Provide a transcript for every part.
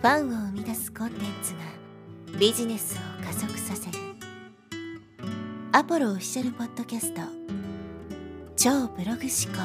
ファンを生み出すコンテンツがビジネスを加速させるアポロオフィシャルポッドキャスト超ブログ思考。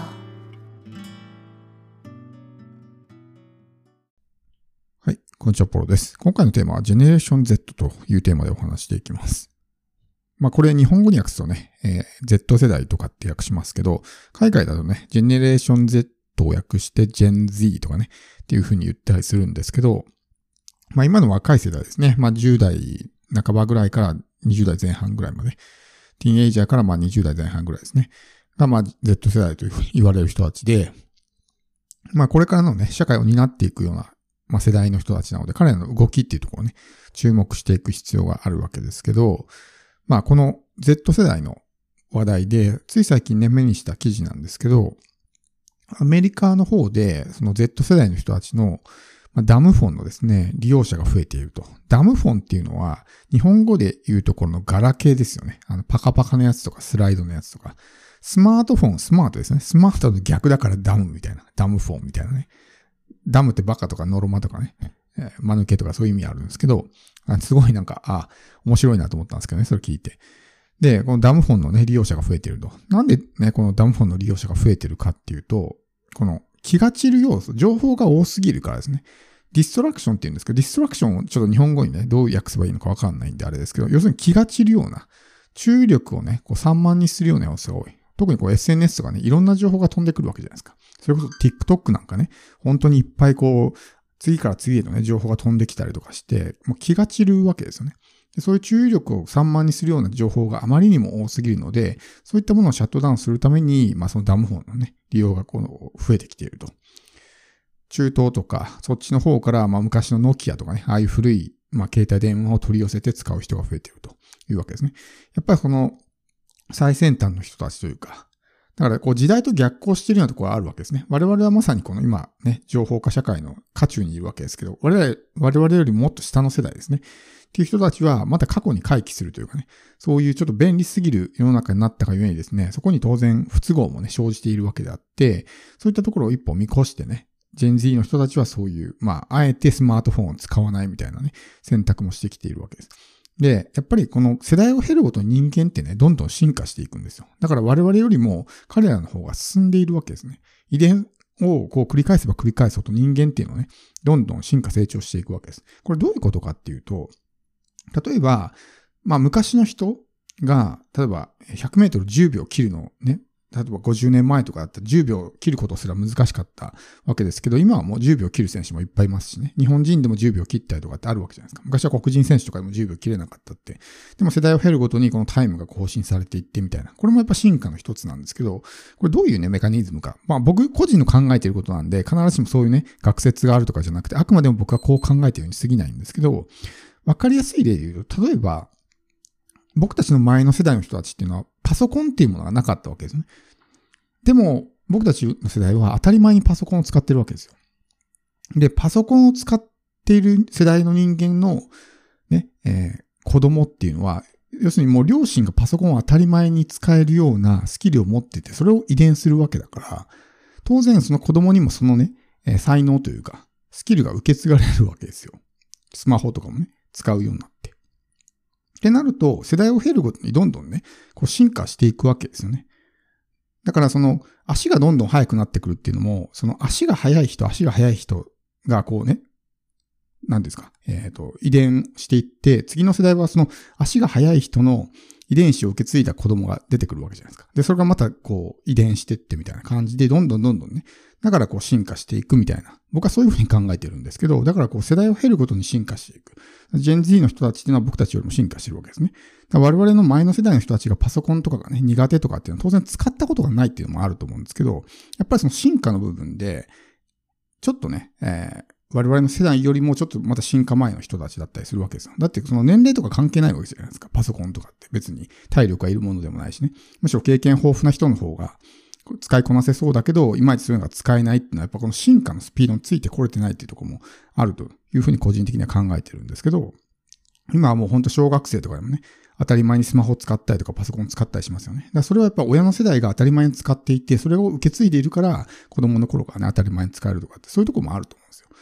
はい、こんにちは、ポロです。今回のテーマはジェネレーション Z というテーマでお話していきます。これ日本語に訳すとね、Z 世代とかって訳しますけど、海外だとね、ジェネレーション Z を訳して Gen Z とかね、っていう風に言ったりするんですけど、今の若い世代ですね。10代半ばぐらいから20代前半ぐらいまで。ティーンエイジャーから20代前半ぐらいですね。がZ 世代というふうに言われる人たちで、これからのね、社会を担っていくような、世代の人たちなので、彼らの動きっていうところをね、注目していく必要があるわけですけど、この Z 世代の話題で、つい最近ね、目にした記事なんですけど、アメリカの方で、その Z 世代の人たちのダムフォンのですね、利用者が増えていると。ダムフォンっていうのは、日本語で言うところのガラケーですよね。パカパカのやつとかスライドのやつとか。スマートフォン、スマートですね。スマートの逆だからダムみたいな。ダムフォンみたいなね。ダムってバカとかノロマとかね。間抜けとかそういう意味あるんですけど、すごい面白いなと思ったんですけどね、それ聞いて。で、このダムフォンのね、利用者が増えていると。なんでね、このダムフォンの利用者が増えているかっていうと、この気が散る要素、情報が多すぎるからですね。ディストラクションって言うんですけど、ディストラクションをちょっと日本語にね、どう訳せばいいのかわかんないんであれですけど、要するに気が散るような、注意力をね、散漫にするような要素が多い。特にSNS とかね、いろんな情報が飛んでくるわけじゃないですか。それこそ TikTok なんかね、本当にいっぱい次から次へとね、情報が飛んできたりとかして、もう気が散るわけですよね。でそういう注意力を散漫にするような情報があまりにも多すぎるので、そういったものをシャットダウンするために、そのダムフォンのね、利用が増えてきていると。中東とか、そっちの方から、昔のノキアとかね、ああいう古い、携帯電話を取り寄せて使う人が増えているというわけですね。やっぱりこの最先端の人たちというか、だから時代と逆行しているようなところがあるわけですね。我々はまさにこの今ね、情報化社会の渦中にいるわけですけど、我々よりもっと下の世代ですね。っていう人たちはまた過去に回帰するというかね、そういうちょっと便利すぎる世の中になったがゆえにですね、そこに当然不都合もね、生じているわけであって、そういったところを一歩見越してね、ジェン Z の人たちはそういう、あえてスマートフォンを使わないみたいなね、選択もしてきているわけです。で、やっぱりこの世代を経るごとに人間ってね、どんどん進化していくんですよ。だから我々よりも彼らの方が進んでいるわけですね。遺伝を繰り返せば繰り返すほど人間っていうのはね、どんどん進化成長していくわけです。これどういうことかっていうと、例えば、昔の人が、例えば100メートル10秒切るのをね、例えば50年前とかだったら10秒切ることすら難しかったわけですけど、今はもう10秒切る選手もいっぱいいますしね。日本人でも10秒切ったりとかってあるわけじゃないですか。昔は黒人選手とかでも10秒切れなかったって。でも世代を経るごとにこのタイムが更新されていってみたいな。これもやっぱ進化の一つなんですけど、これどういうね、メカニズムか。僕個人の考えていることなんで、必ずしもそういうね、学説があるとかじゃなくて、あくまでも僕はこう考えているように過ぎないんですけど、わかりやすい例で言うと、例えば、僕たちの前の世代の人たちっていうのは、パソコンっていうものがなかったわけですね。でも、僕たちの世代は当たり前にパソコンを使ってるわけですよ。で、パソコンを使っている世代の人間のね、子供っていうのは、要するにもう両親がパソコンを当たり前に使えるようなスキルを持ってて、それを遺伝するわけだから、当然その子供にもそのね、才能というか、スキルが受け継がれるわけですよ。スマホとかもね、使うようになって。ってなると、世代を経るごとにどんどんね、進化していくわけですよね。だから足がどんどん速くなってくるっていうのも、その足が速い人が何ですか、遺伝していって、次の世代はその足が速い人の遺伝子を受け継いだ子供が出てくるわけじゃないですか。で、それがまた遺伝してってみたいな感じで、どんどんね、だから進化していくみたいな。僕はそういうふうに考えてるんですけど、だから世代を経るごとに進化していく。ジェン Z の人たちっていうのは僕たちよりも進化してるわけですね。我々の前の世代の人たちがパソコンとかがね、苦手とかっていうのは当然使ったことがないっていうのもあると思うんですけど、やっぱりその進化の部分で、ちょっとね、我々の世代よりもちょっとまた進化前の人たちだったりするわけですよ。だってその年齢とか関係ないわけじゃないですか。パソコンとかって別に体力がいるものでもないしね。むしろ経験豊富な人の方が使いこなせそうだけど、いまいちそういうのが使えないっていうのはやっぱこの進化のスピードについてこれてないっていうところもあるというふうに個人的には考えてるんですけど、今はもう本当小学生とかでもね、当たり前にスマホを使ったりとかパソコンを使ったりしますよね。だからそれはやっぱ親の世代が当たり前に使っていて、それを受け継いでいるから子供の頃からね、当たり前に使えるとかってそういうところもあると思うんですよ。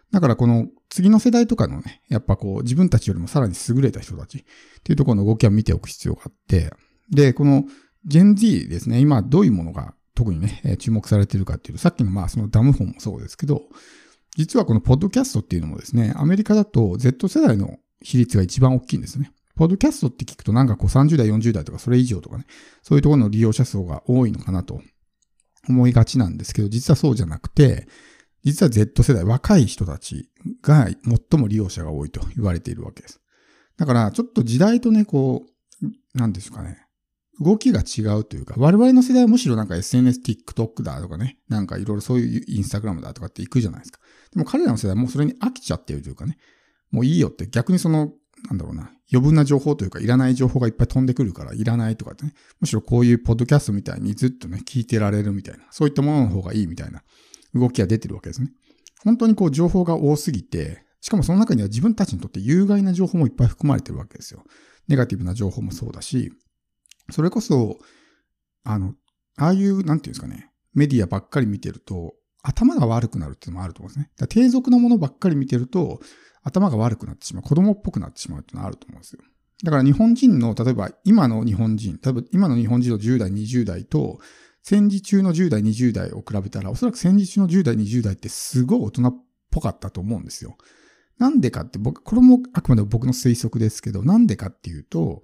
だからこの次の世代とかのね、やっぱこう自分たちよりもさらに優れた人たちっていうところの動きは見ておく必要があって、で、この Gen Z ですね、今どういうものが特にね、注目されているかっていうと、さっきのそのダムフォンもそうですけど、実はこのポッドキャストっていうのもですね、アメリカだと Z 世代の比率が一番大きいんですね。ポッドキャストって聞くとなんかこう30代、40代とかそれ以上とかね、そういうところの利用者層が多いのかなと思いがちなんですけど、実はそうじゃなくて、実は Z 世代、若い人たちが最も利用者が多いと言われているわけです。だからちょっと時代とね、こう、なんですかね、動きが違うというか、我々の世代はむしろなんか SNS、TikTok だとかね、なんかいろいろそういうインスタグラムだとかって行くじゃないですか。でも彼らの世代はもうそれに飽きちゃっているというかね、もういいよって逆にその、なんだろうな、余分な情報というかいらない情報がいっぱい飛んでくるからいらないとかってね、むしろこういうポッドキャストみたいにずっとね、聞いてられるみたいな、そういったものの方がいいみたいな動きが出てるわけですね。本当にこう情報が多すぎて、しかもその中には自分たちにとって有害な情報もいっぱい含まれてるわけですよ。ネガティブな情報もそうだし、それこそ、ああいう、なんていうんですかね、メディアばっかり見てると、頭が悪くなるっていうのもあると思うんですね。だから低俗なものばっかり見てると、頭が悪くなってしまう、子供っぽくなってしまうっていうのはあると思うんですよ。だから日本人の、例えば今の日本人の10代、20代と、戦時中の10代、20代を比べたら、おそらく戦時中の10代、20代ってすごい大人っぽかったと思うんですよ。なんでかってこれもあくまで僕の推測ですけど、なんでかっていうと、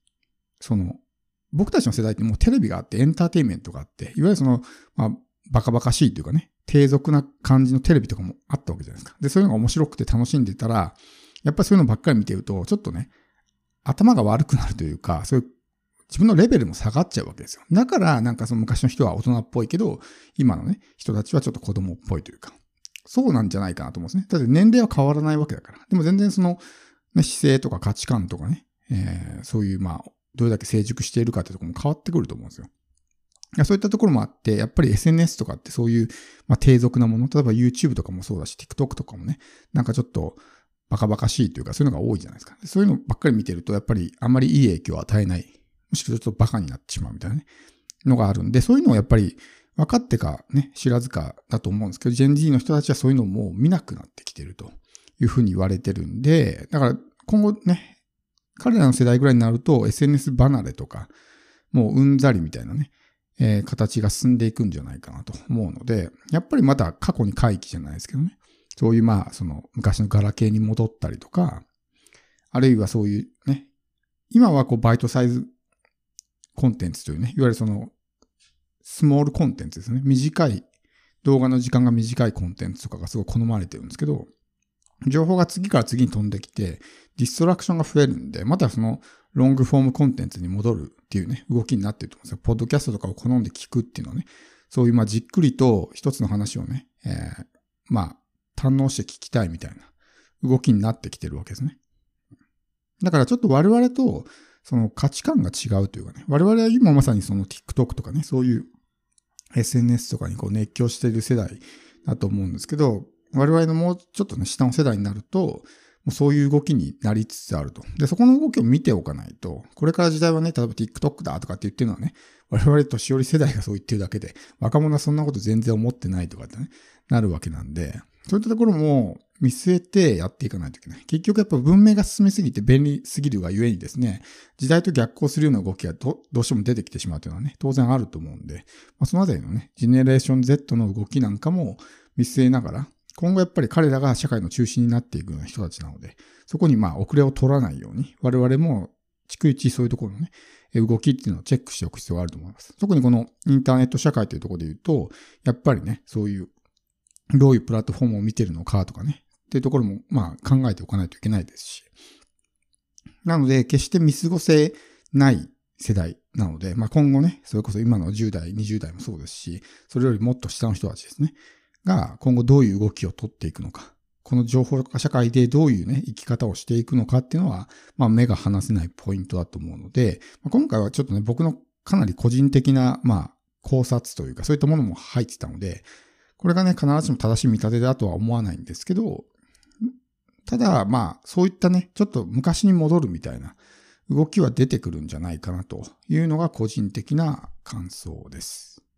僕たちの世代ってもうテレビがあってエンターテインメントがあって、いわゆるバカバカしいというかね、低俗な感じのテレビとかもあったわけじゃないですか。で、そういうのが面白くて楽しんでたら、やっぱりそういうのばっかり見てると、ちょっとね、頭が悪くなるというか、そういう自分のレベルも下がっちゃうわけですよ。だから、なんかその昔の人は大人っぽいけど、今のね、人たちはちょっと子供っぽいというか、そうなんじゃないかなと思うんですね。だって年齢は変わらないわけだから。でも全然その、ね、姿勢とか価値観とかね、そういうどれだけ成熟しているかってところも変わってくると思うんですよ。そういったところもあって、やっぱり SNS とかってそういう、低俗なもの、例えば YouTube とかもそうだし、TikTok とかもね、なんかちょっとバカバカしいというか、そういうのが多いじゃないですか。そういうのばっかり見てると、やっぱりあんまりいい影響を与えない。むしろちょっとバカになってしまうみたいなね、のがあるんで、そういうのをやっぱり分かってかね、知らずかだと思うんですけど、Gen Z の人たちはそういうのをもう見なくなってきてるというふうに言われてるんで、だから今後ね、彼らの世代ぐらいになると SNS 離れとか、もううんざりみたいなね、形が進んでいくんじゃないかなと思うので、やっぱりまた過去に回帰じゃないですけどね、そういうその昔のガラケーに戻ったりとか、あるいはそういうね、今はこうバイトサイズコンテンツというね、いわゆるそのスモールコンテンツですね、短い動画の時間が短いコンテンツとかがすごい好まれてるんですけど、情報が次から次に飛んできて、ディストラクションが増えるんで、またそのロングフォームコンテンツに戻るっていうね、動きになってると思うんですよ。ポッドキャストとかを好んで聞くっていうのはね、そういうじっくりと一つの話をね、堪能して聞きたいみたいな動きになってきてるわけですね。だからちょっと我々とその価値観が違うというかね、我々は今まさにその TikTok とかね、そういう SNS とかにこう熱狂している世代だと思うんですけど、我々のもうちょっとね、下の世代になると、もうそういう動きになりつつあると。で、そこの動きを見ておかないと、これから時代はね、例えば TikTok だとかって言ってるのはね、我々年寄り世代がそう言ってるだけで、若者はそんなこと全然思ってないとかってね、なるわけなんで、そういったところも見据えてやっていかないといけない。結局やっぱ文明が進みすぎて便利すぎるがゆえにですね、時代と逆行するような動きがどうしても出てきてしまうというのはね、当然あると思うんで、そのあたりのね、ジェネレーション Z の動きなんかも見据えながら、今後やっぱり彼らが社会の中心になっていくような人たちなので、そこに遅れを取らないように、我々も逐一そういうところのね、動きっていうのをチェックしておく必要があると思います。特にこのインターネット社会というところで言うと、やっぱりね、そういう、どういうプラットフォームを見てるのかとかね、っていうところも考えておかないといけないですし。なので、決して見過ごせない世代なので、今後ね、それこそ今の10代、20代もそうですし、それよりもっと下の人たちですね。が今後どういう動きを取っていくのか、この情報化社会でどういうね、生き方をしていくのかっていうのは、目が離せないポイントだと思うので、今回はちょっとね、僕のかなり個人的な、考察というか、そういったものも入ってたので、これがね、必ずしも正しい見立てだとは思わないんですけど、ただ、そういったね、ちょっと昔に戻るみたいな動きは出てくるんじゃないかなというのが個人的な感想です。